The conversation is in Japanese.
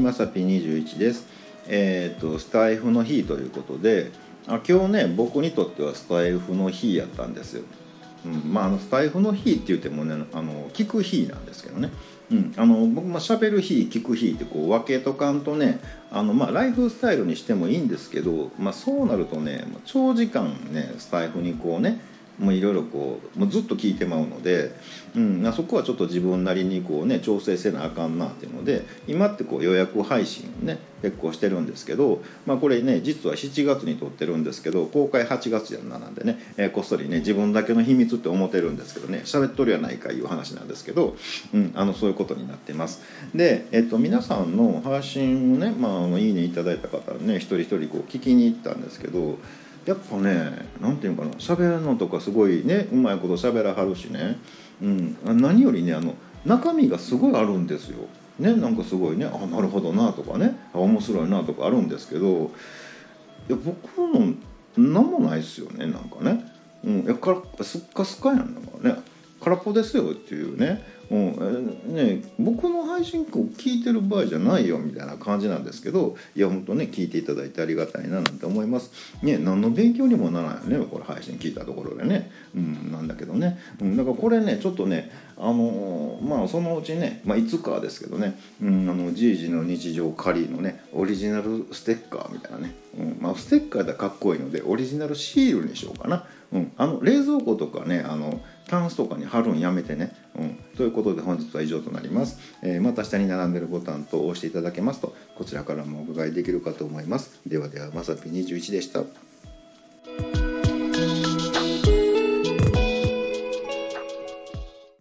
まさぴ21です。スタイフの日ということで、今日ね、僕にとってはスタイフの日やったんですよ。スタイフの日って言ってもね、聞く日なんですけどね。僕も喋る日、聞く日ってこう分けとかんとね、ライフスタイルにしてもいいんですけど、そうなるとね、長時間ね、スタイフにこうね、もういろいろこうもうずっと聞いてまうので、そこはちょっと自分なりにこうね調整せなあかんなっていうので、今ってこう予約配信ね結構してるんですけど、これね実は7月に撮ってるんですけど、公開8月やんななんでね、こっそりね自分だけの秘密って思ってるんですけどね、喋っとるやないかいう話なんですけど、そういうことになってます。で、皆さんの配信をね、いいねいただいた方ね、一人一人こう聞きに行ったんですけど、やっぱね、なんていうかな、喋るのとかすごいね、うまいこと喋らはるしね、何よりね、中身がすごいあるんですよ。ね、なんかすごいね、なるほどなとかね、面白いなとかあるんですけど、いや、僕のなんもないですよね、なんかね。いや、スッカスカやんだからね、空っぽですよっていうね。僕の配信を聞いてる場合じゃないよみたいな感じなんですけど、いや本当ね、聞いていただいてありがたいななんて思いますね。何の勉強にもならないよね、これ配信聞いたところでね、なんだけどね、だからこれねちょっとね、そのうちね、いつかですけどね、じいじの日常カリーのねオリジナルステッカーみたいなね、ステッカーだとかっこいいのでオリジナルシールにしようかな。冷蔵庫とかね、タンスとかに貼るんやめてね。ということで本日は以上となります。また下に並んでるボタンと押していただけますと、こちらからもお伺いできるかと思います。ではでは、まさぴ21でした。